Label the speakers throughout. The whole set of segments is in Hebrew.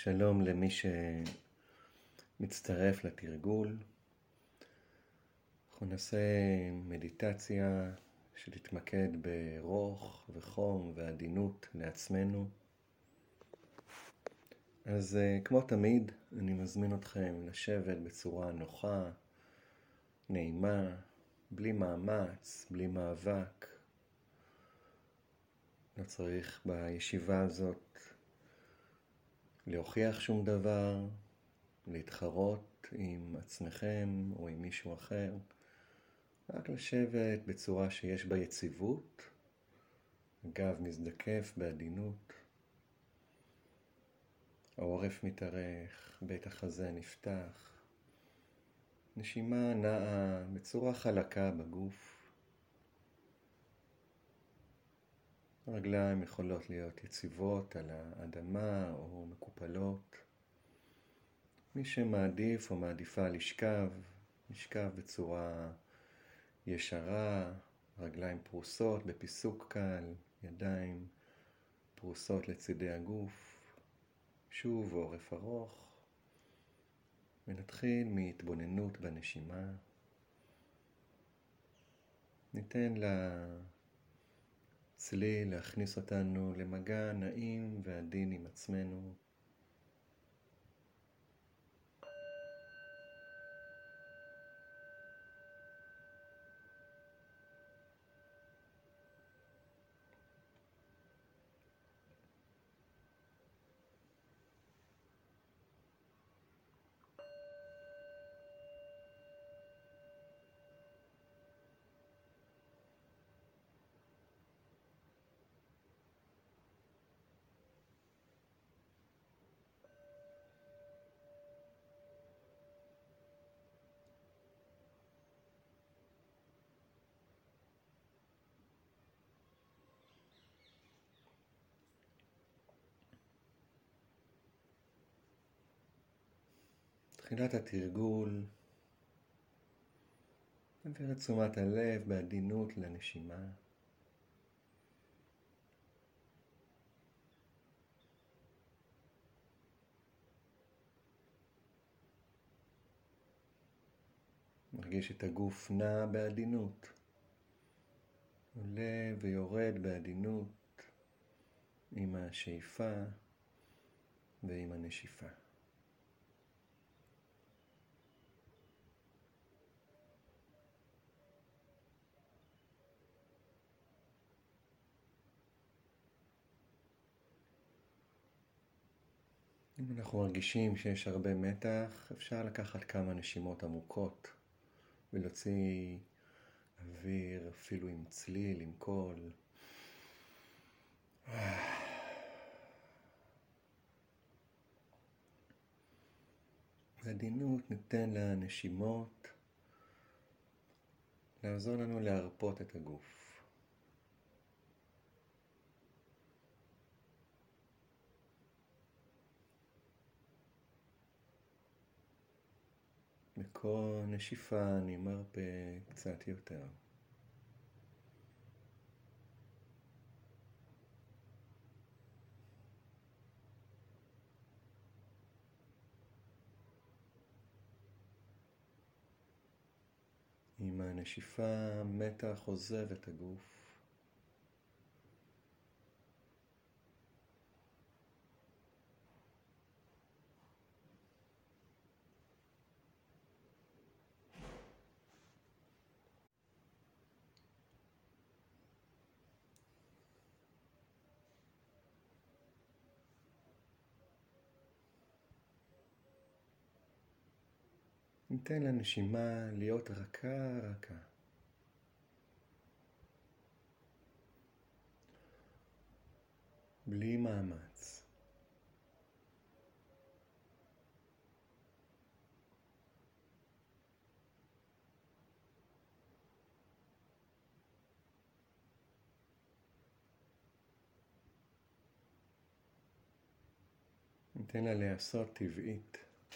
Speaker 1: שלום למי שמצטרף לתרגול. אנחנו נעשה מדיטציה שתתמקד ברוך וחום ועדינות לעצמנו. אז כמו תמיד, אני מזמין אתכם לשבת בצורה נוחה, נעימה, בלי מאמץ, בלי מאבק. לא צריך בישיבה הזאת להוכיח שום דבר, להתחרות עם עצמכם או עם מישהו אחר. רק לשבת בצורה שיש בה יציבות, הגב מזדקף בעדינות, העורף מתארך, בית החזה נפתח, נשימה נעה בצורה חלקה בגוף. הרגליים יכולות להיות יציבות על האדמה או מקופלות. מי שמעדיף או מעדיפה לשכב בצורה ישרה, רגליים פרוסות בפיסוק קל, ידיים פרוסות לצידי הגוף, שוב עורף ארוך. ונתחיל מהתבוננות בנשימה. ניתן לצליל להכניס אותנו למגע נעים ועדין עם עצמנו. תחילת התרגול, נעביר את תשומת הלב בעדינות לנשימה. מרגיש את הגוף נע בעדינות, עולה ויורד בעדינות עם השאיפה ועם הנשיפה. אם אנחנו מרגישים שיש הרבה מתח, אפשר לקחת כמה נשימות עמוקות ולהוציא אוויר אפילו עם צליל, עם קול. בעדינות ניתן לנשימות לעזור לנו להרפות את הגוף. בכל נשיפה אני מרפה קצת יותר. עם הנשיפה מתח עוזב את הגוף. ניתן לנשימה להיות רכה רכה. בלי מאמץ. ניתן לה להיעשות טבעית.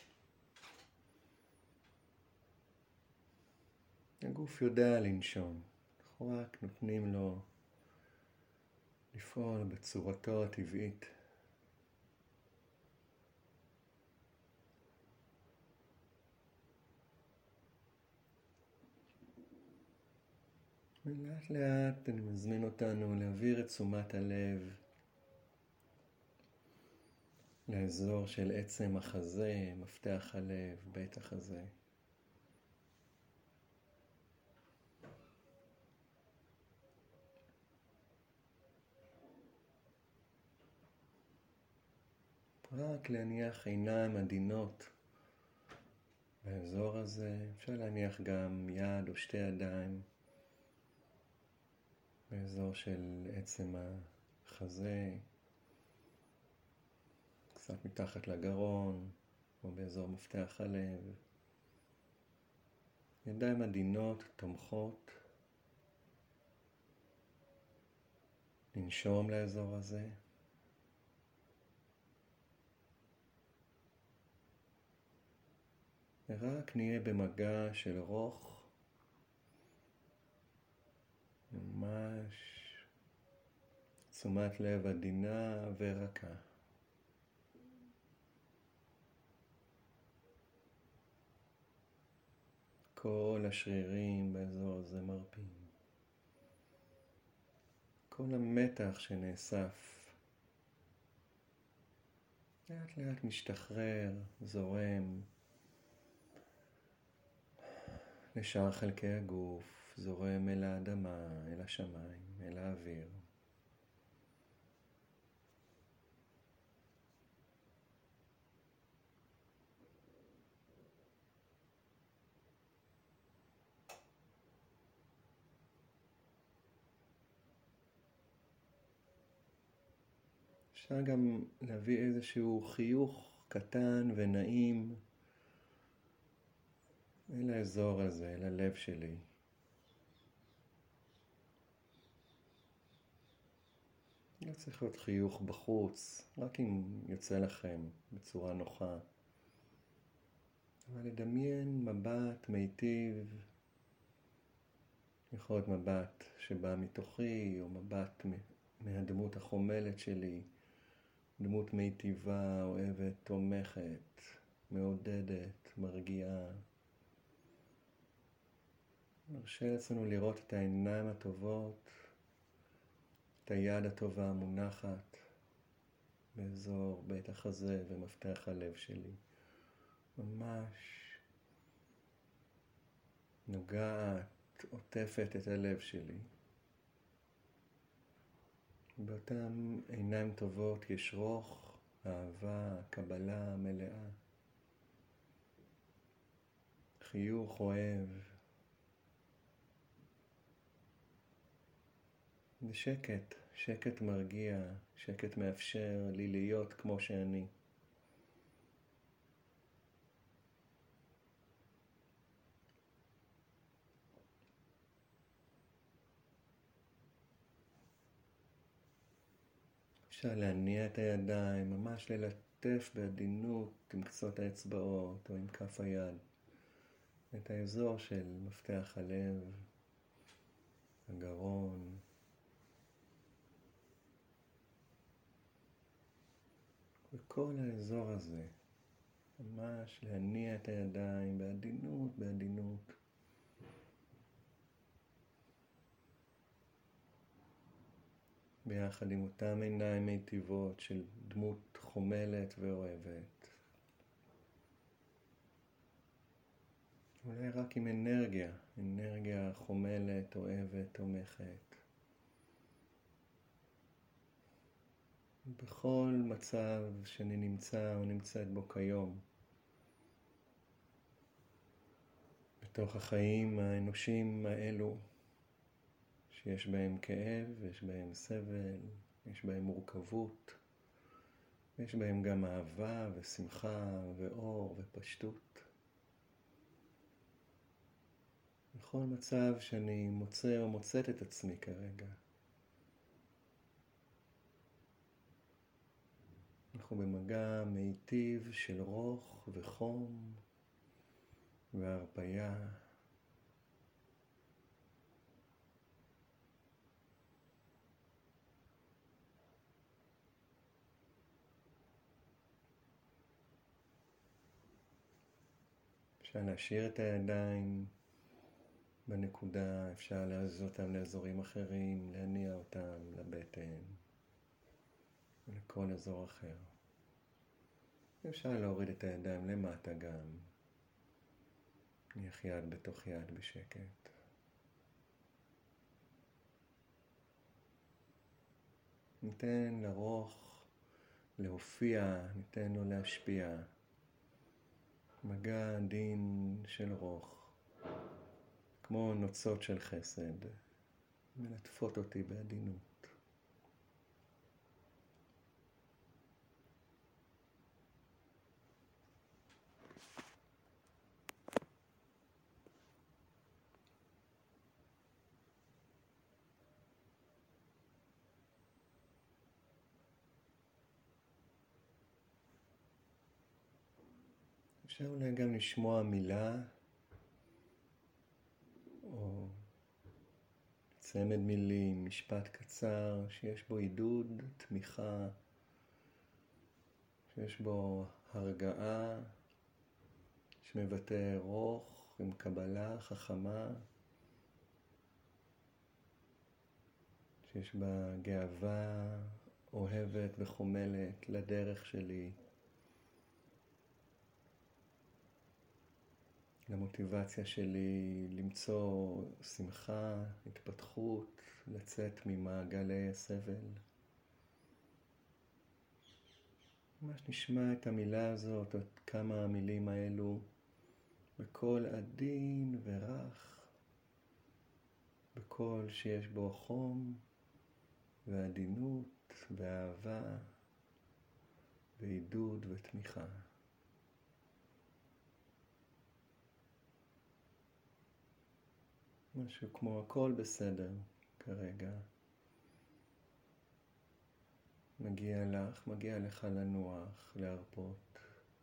Speaker 1: הגוף יודע לנשום, אנחנו רק נותנים לו לפעול בצורתו הטבעית. ולאט לאט אני מזמין אותנו להעביר את תשומת הלב לאזור של עצם החזה, מפתח הלב, בית החזה. רק להניח עיניים עדינות באזור הזה. אפשר להניח גם יד או שתי ידיים באזור של עצם החזה, קצת מתחת לגרון או באזור מפתח הלב. ידיים עדינות, תומכות. לנשום לאזור הזה. ורק נהיה במגע של רוך, ממש תשומת לב עדינה ורכה. כל השרירים באזור הזה מרפים. כל המתח שנאסף לאט לאט משתחרר, זורם לשאר חלקי הגוף, זורם אל האדמה, אל השמיים, אל האוויר. אפשר גם להביא איזשהו חיוך קטן ונעים אל האזור הזה, אל הלב שלי. לא צריך להיות חיוך בחוץ, רק אם יוצא לכם בצורה נוחה. אבל לדמיין מבט מיטיב, יכול להיות מבט שבא מתוכי, או מבט מהדמות החומלת שלי, דמות מיטיבה, אוהבת, תומכת, מעודדת, מרגיעה. נרשה לעצמנו לראות את העיניים הטובות, את היד הטובה המונחת באזור בית החזה ומפתח הלב שלי. ממש נוגעת, עוטפת את הלב שלי. באותן עיניים טובות יש רוך, אהבה, קבלה מלאה. חיוך אוהב. ושקט, שקט מרגיע, שקט מאפשר לי להיות כמו שאני. אפשר להניע את הידיים, ממש ללטף בעדינות עם קצות האצבעות או עם כף היד את האזור של מפתח הלב, הגרון. וכל האזור הזה, ממש להניע את הידיים בעדינות, בעדינות. ביחד עם אותם עיניים מיטיבות של דמות חומלת ואוהבת. אולי רק עם אנרגיה חומלת, אוהבת, תומכת. בכל מצב שאני נמצא או נמצאת בו כיום. בתוך החיים האנושיים האלו, שיש בהם כאב, יש בהם סבל, יש בהם מורכבות, יש בהם גם אהבה ושמחה ואור ופשטות. בכל מצב שאני מוצא או מוצאת את עצמי כרגע, אנחנו במגע מיטיב של רוך וחום והרפיה. אפשר להשאיר את הידיים בנקודה, אפשר להזיז אותם לאזורים אחרים, להניע אותם לבטן, לכל אזור אחר. אפשר להוריד את הידיים למטה גם. נניח יד בתוך יד בשקט. ניתן לרוך להופיע, ניתן לו להשפיע. מגע עדין של רוך, כמו נוצות של חסד, מלטפות אותי בעדינות. אפשר אולי גם לשמוע מילה או צמד מילים, משפט קצר שיש בו עידוד, תמיכה, שיש בו הרגעה, שמבטא רוך עם קבלה חכמה, שיש בה גאווה אוהבת וחומלת לדרך שלי, למוטיבציה שלי למצוא שמחה, התפתחות, לצאת ממעגלי הסבל. ממש נשמע את המילה הזאת, את כמה המילים האלו, בקול עדין ורך, בקול שיש בו חום ועדינות ואהבה ועידוד ותמיכה. משהו כמו הכל בסדר כרגע. מגיע לך, מגיע לך לנוח, להרפות.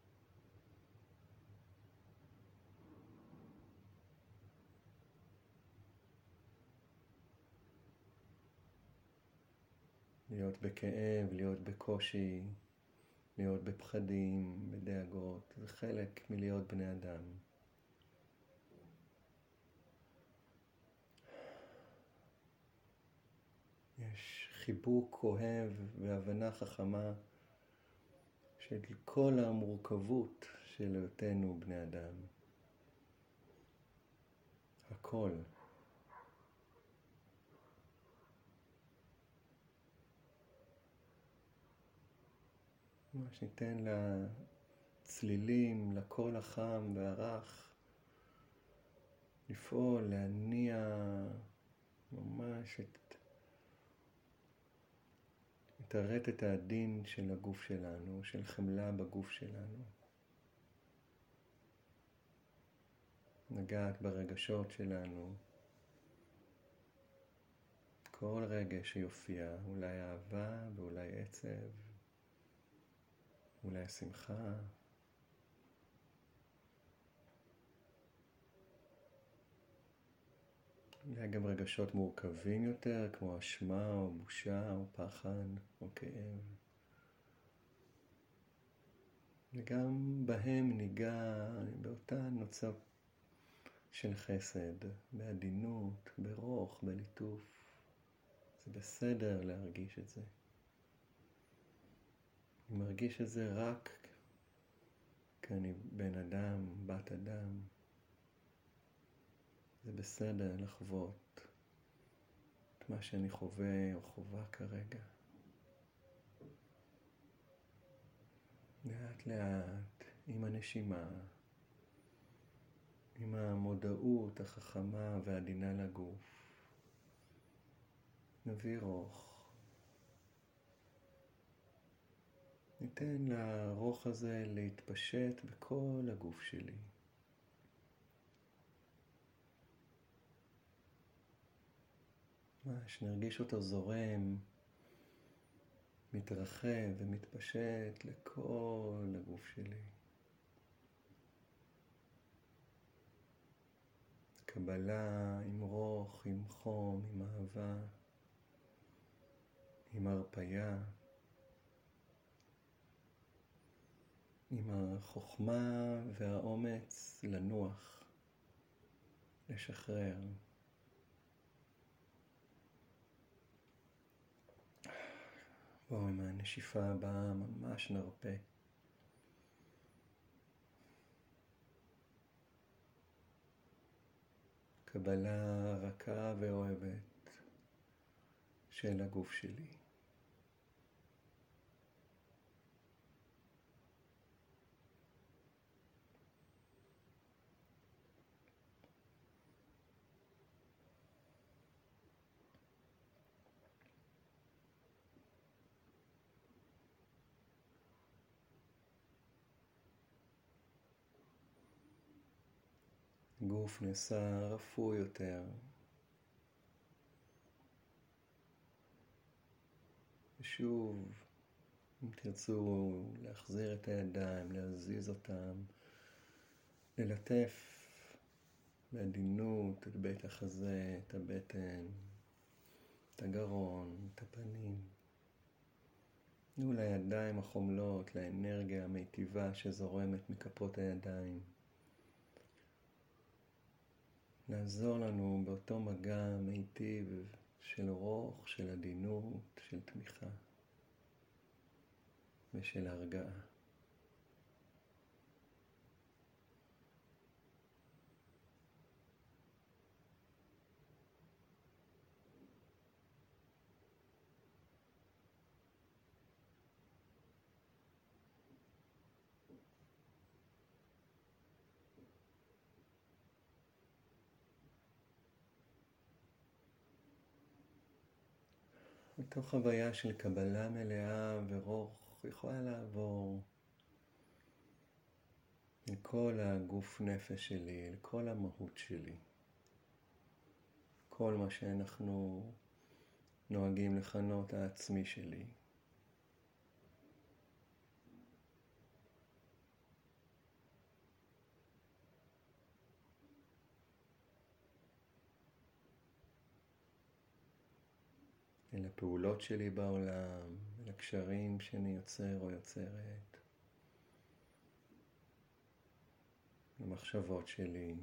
Speaker 1: להיות בכאב, להיות בקושי, להיות בפחדים, בדאגות. זה חלק מלהיות בני אדם. יש חיבוק אוהב והבנה חכמה של כל המורכבות של היותנו בני אדם. הכל. ממש ניתן לצלילים, לקול החם והרך, לפעול, להניע ממש את הרטט העדין של הגוף שלנו, של חמלה בגוף שלנו. לגעת ברגשות שלנו. כל רגש שיופיע, אולי אהבה ואולי עצב, אולי שמחה. אולי גם רגשות מורכבים יותר, כמו אשמה או בושה או פחד או כאב. וגם בהם ניגע באותן נוצות של חסד, בעדינות, ברוך, בליטוף. זה בסדר להרגיש את זה. אני מרגיש את זה רק כי אני בן אדם, בת אדם. זה בסדר לחוות את מה שאני חווה או חווה כרגע. לאט לאט, עם הנשימה, עם המודעות החכמה והעדינה לגוף, נביא רוך. ניתן לרוך הזה להתפשט בכל הגוף שלי. ממש נרגיש אותו זורם, מתרחב ומתפשט לכל הגוף שלי. קבלה עם רוך, עם חום, עם אהבה, עם הרפיה, עם החוכמה והאומץ לנוח, לשחרר. בואו עם הנשיפה הבאה ממש נרפה. קבלה רכה ואוהבת של הגוף שלי. גוף נעשה רפוי יותר. ושוב, אם תרצו להחזיר את הידיים, להזיז אותם, ללטף בעדינות את בית החזה, את הבטן, את הגרון, את הפנים. תנו לידיים החומלות, לאנרגיה המיטיבה שזורמת מכפות הידיים. לעזור לנו באותו מגע מיטיב של רוח, של עדינות, של תמיכה ושל הרגעה. מתוך חוויה של קבלה מלאה ורוך יכולה לעבור לכל הגוף נפש שלי, לכל המהות שלי. כל מה שאנחנו נוהגים לכנות העצמי שלי. אל הפעולות שלי בעולם, אל הקשרים שאני יוצר או יוצרת, למחשבות שלי,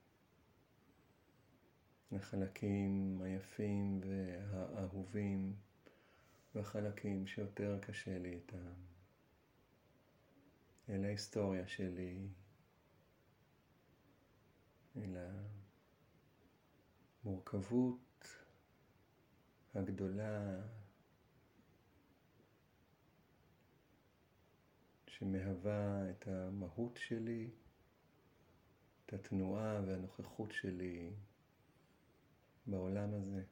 Speaker 1: לחלקים היפים והאהובים, והחלקים שיותר קשה לי איתם, אל ההיסטוריה שלי, אל המורכבות הגדולה שמהווה את המהות שלי, את התנועה והנוכחות שלי בעולם הזה.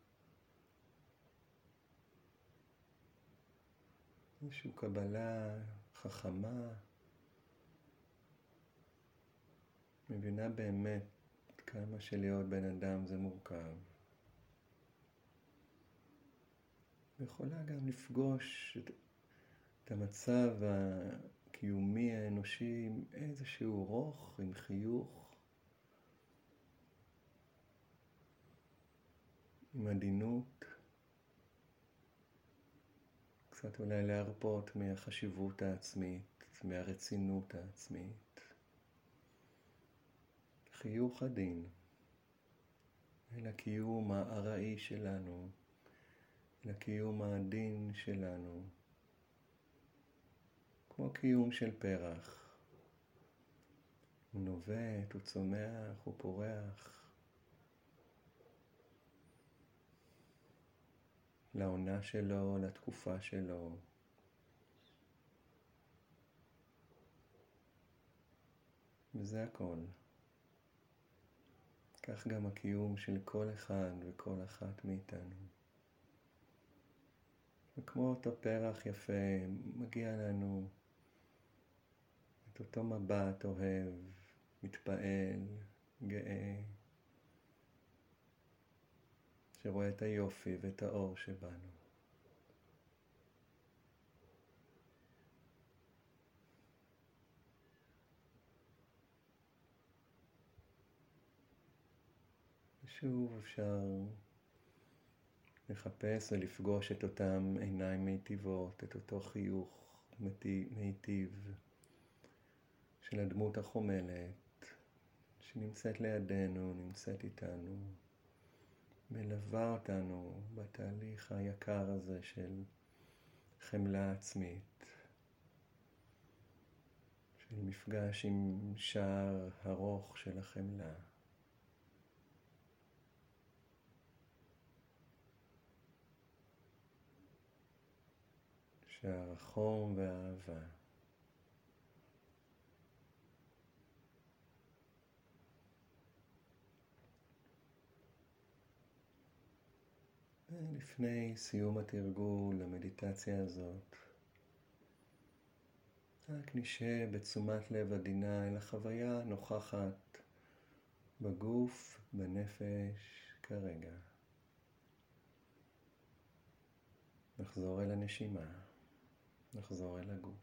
Speaker 1: איזושהי קבלה חכמה, מבינה באמת כמה שלהיות בן אדם זה מורכב. ויכולה גם לפגוש את המצב הקיומי האנושי עם איזשהו רוך, עם חיוך, עם עדינות, קצת אולי להרפות מהחשיבות העצמית, מהרצינות העצמית. חיוך עדין, אל הקיום הארעי שלנו, לקיום העדין שלנו, כמו קיום של פרח. הוא נובט, הוא צומח, הוא פורח. לעונה שלו, לתקופה שלו. וזה הכל. כך גם הקיום של כל אחד וכל אחת מאיתנו. וכמו אותו פרח יפה, מגיע לנו את אותו מבט אוהב, מתפעל, גאה, שרואה את היופי ואת האור שבנו. ושוב אפשר לחפש ולפגוש את אותם עיניים מיטיבות, את אותו חיוך מיטיב של הדמות החומלת, שנמצאת לידינו, נמצאת איתנו, מלווה אותנו בתהליך היקר הזה של חמלה עצמית, של מפגש עם שער ארוך של החמלה. שער החום והאהבה. לפני סיום התרגול, המדיטציה הזאת, רק נשאר בתשומת לב עדינה אל החוויה הנוכחת בגוף, בנפש, כרגע. נחזור אל הנשימה, נחזור אל הגוף.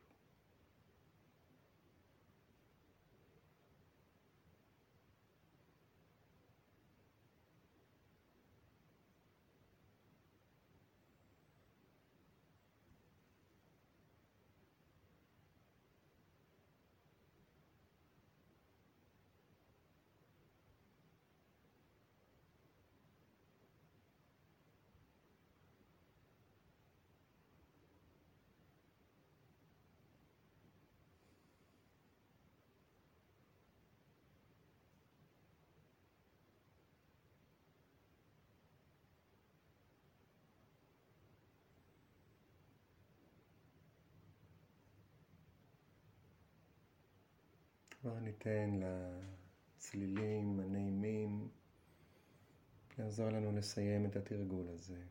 Speaker 1: כבר ניתן לצלילים הנעימים לעזור לנו לסיים את התרגול הזה.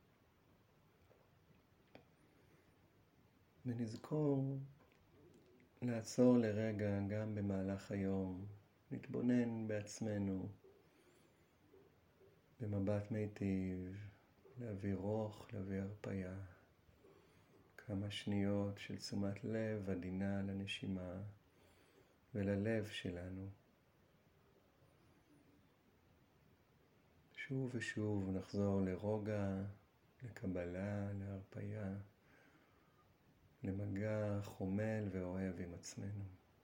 Speaker 1: ונזכור לעצור לרגע גם במהלך היום, להתבונן בעצמנו במבט מיטיב, להביא רוך, להביא הרפאיה. כמה שניות של תשומת לב עדינה לנשימה וללב שלנו. שוב ושוב נחזור לרוגע, לקבלה, להרפאיה, למגע חומל ואוהב עם עצמנו.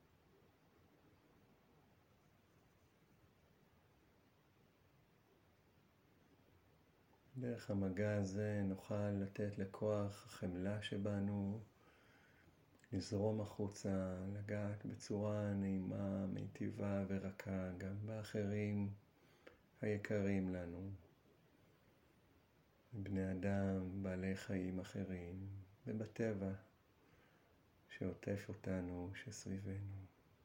Speaker 1: דרך המגע הזה נוכל לתת לכוח החמלה שבנו לזרום החוצה, לגעת בצורה נעימה, מיטיבה ורכה גם באחרים היקרים לנו, בני אדם, בעלי חיים אחרים, ובטבע שעוטף אותנו, שסביבנו.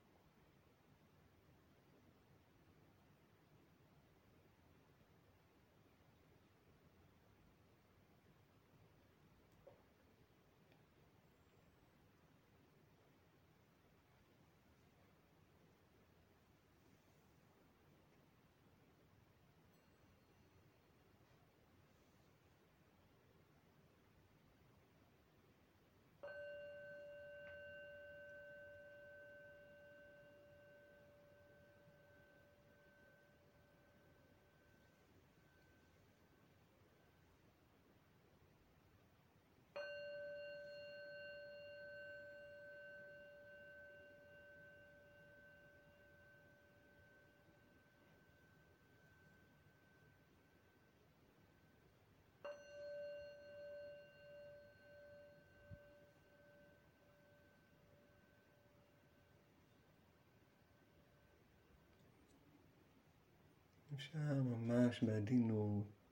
Speaker 1: אפשר ממש בעדינות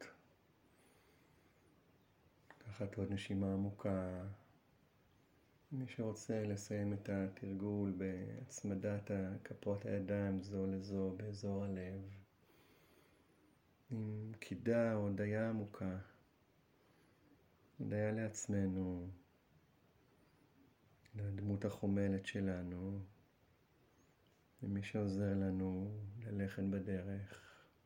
Speaker 1: לקחת עוד נשימה עמוקה. מי שרוצה לסיים את התרגול בהצמדת כפות הידיים זו לזו באזור הלב, עם קידה או הודיה עמוקה, הודיה לעצמנו, לדמות החומלת שלנו, ומי שעוזר לנו ללכת בדרך,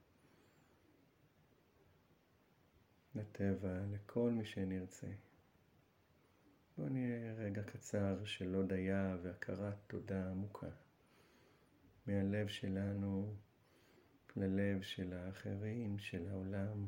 Speaker 1: לטבע, לכל מי שנרצה. בואו נהיה רגע קצר של הודיה והכרת תודה עמוקה מהלב שלנו ללב של האחרים, של העולם.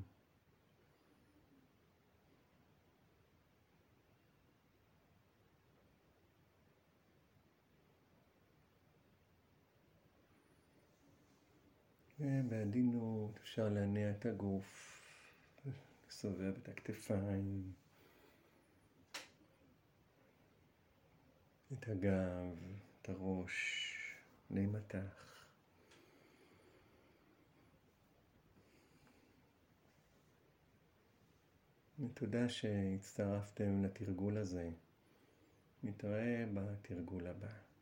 Speaker 1: בעדינות אפשר להניע את הגוף, לסובב את הכתפיים, את הגב, את הראש, נעמתך. ותודה שהצטרפתם לתרגול הזה. נתראה בתרגול הבא.